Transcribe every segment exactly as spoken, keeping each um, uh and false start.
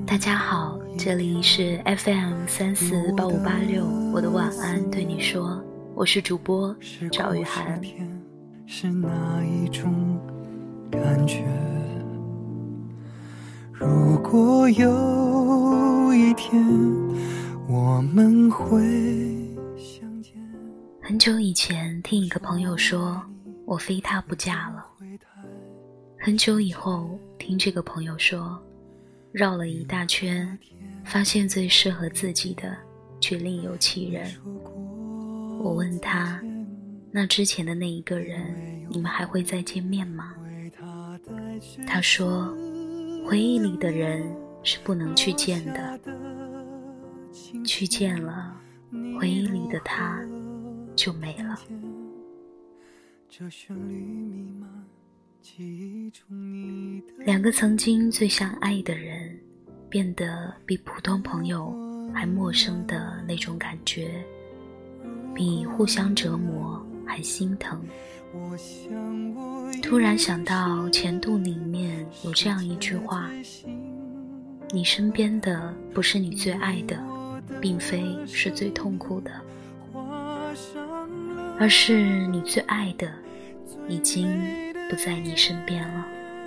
大家好，这里是 F M 三四八五八六，我的晚安对你说，我是主播赵雨涵。 是哪一种感觉？如果有一天我们会相见。 很久以前听一个朋友说，我非他不嫁了。很久以后听这个朋友说，绕了一大圈，发现最适合自己的却另有其人。我问他，那之前的那一个人，你们还会再见面吗？他说，回忆里的人是不能去见的，去见了，回忆里的他就没了。两个曾经最相爱的人，变得比普通朋友还陌生的那种感觉，比互相折磨还心疼。突然想到前度里面有这样一句话，你身边的不是你最爱的，并非是最痛苦的，而是你最爱的已经不在你身边了。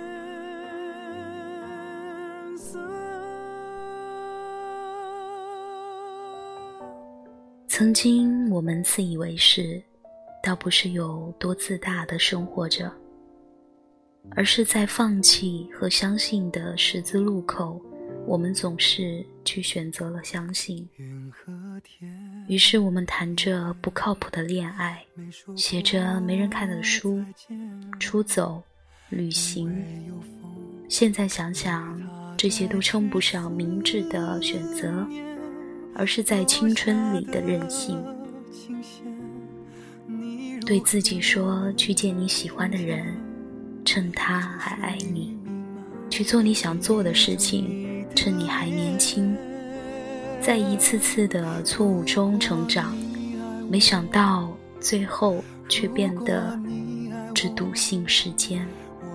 曾经我们自以为是，倒不是有多自大的生活着，而是在放弃和相信的十字路口，我们总是去选择了相信。于是我们谈着不靠谱的恋爱，写着没人看的书，出走旅行。现在想想，这些都称不上明智的选择，而是在青春里的任性。对自己说，去见你喜欢的人，趁他还爱你，去做你想做的事情，趁你还年轻。在一次次的错误中成长，没想到最后却变得只笃信世间。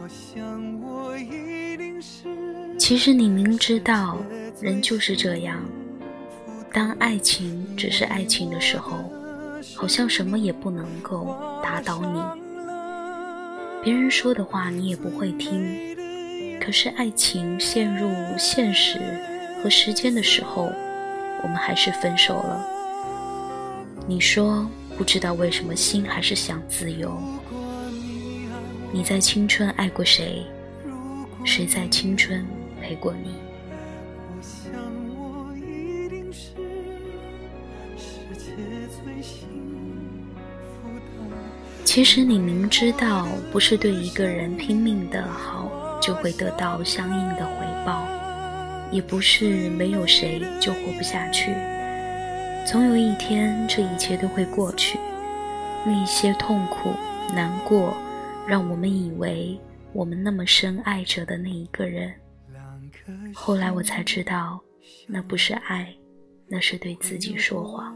其实你明知道人就是这样，当爱情只是爱情的时候，好像什么也不能够打倒你，别人说的话你也不会听。可是爱情陷入现实和时间的时候，我们还是分手了。你说不知道为什么心还是想自由。你在青春爱过谁？谁在青春陪过你？其实你明知道不是对一个人拼命的好就会得到相应的回报，也不是没有谁就活不下去。总有一天这一切都会过去，那些痛苦难过让我们以为我们那么深爱着的那一个人，后来我才知道那不是爱，那是对自己说谎。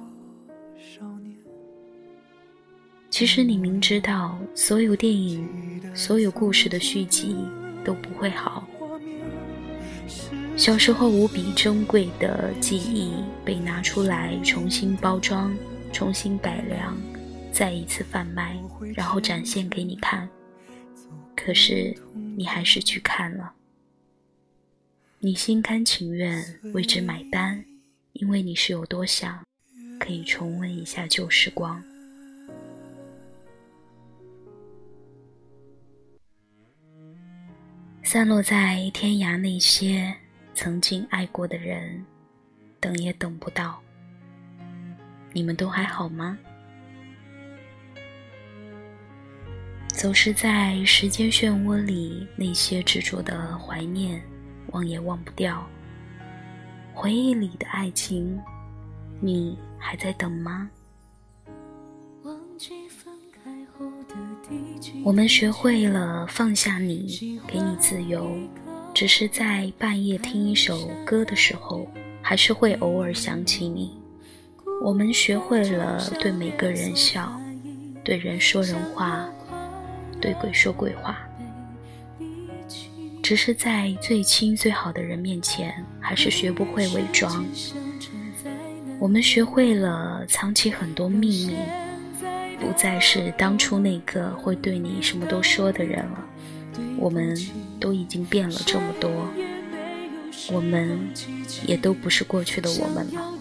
其实你明知道所有电影所有故事的续集都不会好，小时候无比珍贵的记忆被拿出来重新包装，重新改良，再一次贩卖，然后展现给你看。可是你还是去看了，你心甘情愿为之买单，因为你是有多想可以重温一下旧时光。散落在天涯那些曾经爱过的人，等也等不到。你们都还好吗？走失在时间漩涡里，那些执着的怀念，忘也忘不掉。回忆里的爱情，你还在等吗？我们学会了放下你，给你自由，只是在半夜听一首歌的时候，还是会偶尔想起你。我们学会了对每个人笑，对人说人话，对鬼说鬼话。 只是在最亲最好的人面前，还是学不会伪装。我们学会了藏起很多秘密，不再是当初那个会对你什么都说的人了。我们都已经变了这么多，我们也都不是过去的我们了。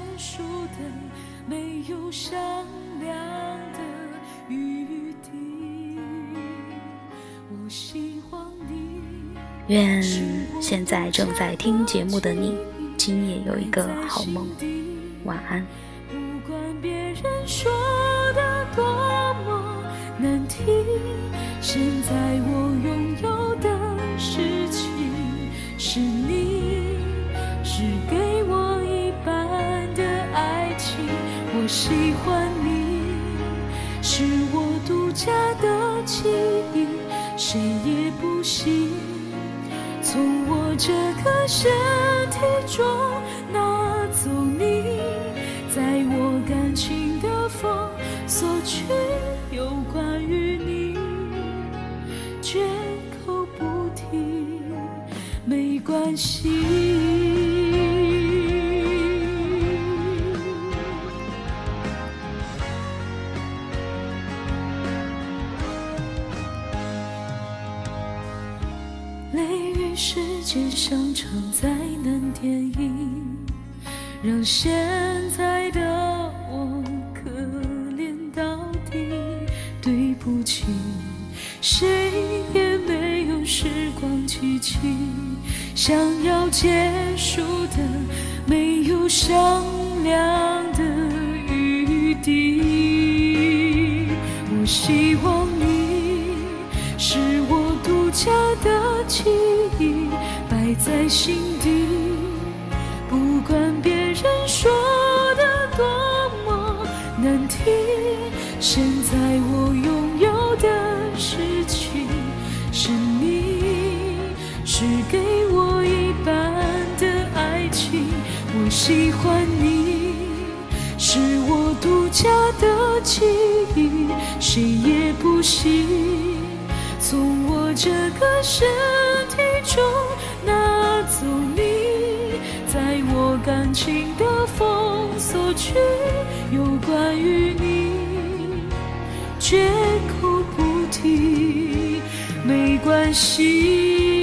愿现在正在听节目的你，今夜有一个好梦，晚安。 不管别人说的多么难听，现在我拥有的事情是你，是给我一半的爱情。我喜欢你，是我独家的记忆，谁也不行从我这个身体中拿走你，在我感情的封锁区，有关于你绝口不提，没关系。雷雨世界上场灾难电影，让现在的我可怜到底。对不起，谁也没有时光机器，想要结束的没有商量的余地。我希望你是我独家的记忆，摆在心底，不管别人说的多么难听，现在我拥有的事情是你，是给我一半的爱情。我喜欢你，是我独家的记忆，谁也不行从我这个身体中拿走你，在我感情的封锁区，有关于你绝口不提，没关系。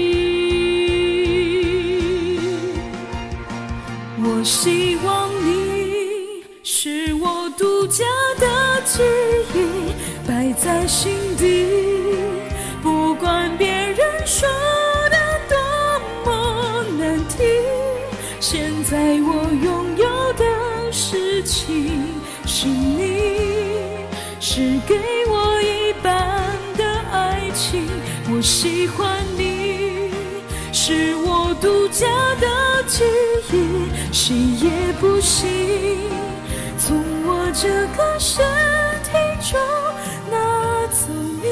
我希望你是我独家的记忆，摆在心底，不管别人说的多么难听，现在我拥有的事情是你，是给我一半的爱情。我喜欢你，是我独家的记忆，谁也不行从我这个身体中拿走你，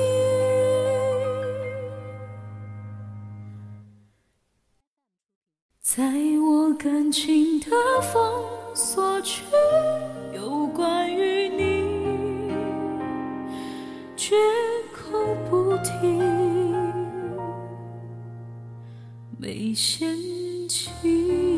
在我感情的封锁区，有关于你绝口不提，没嫌弃。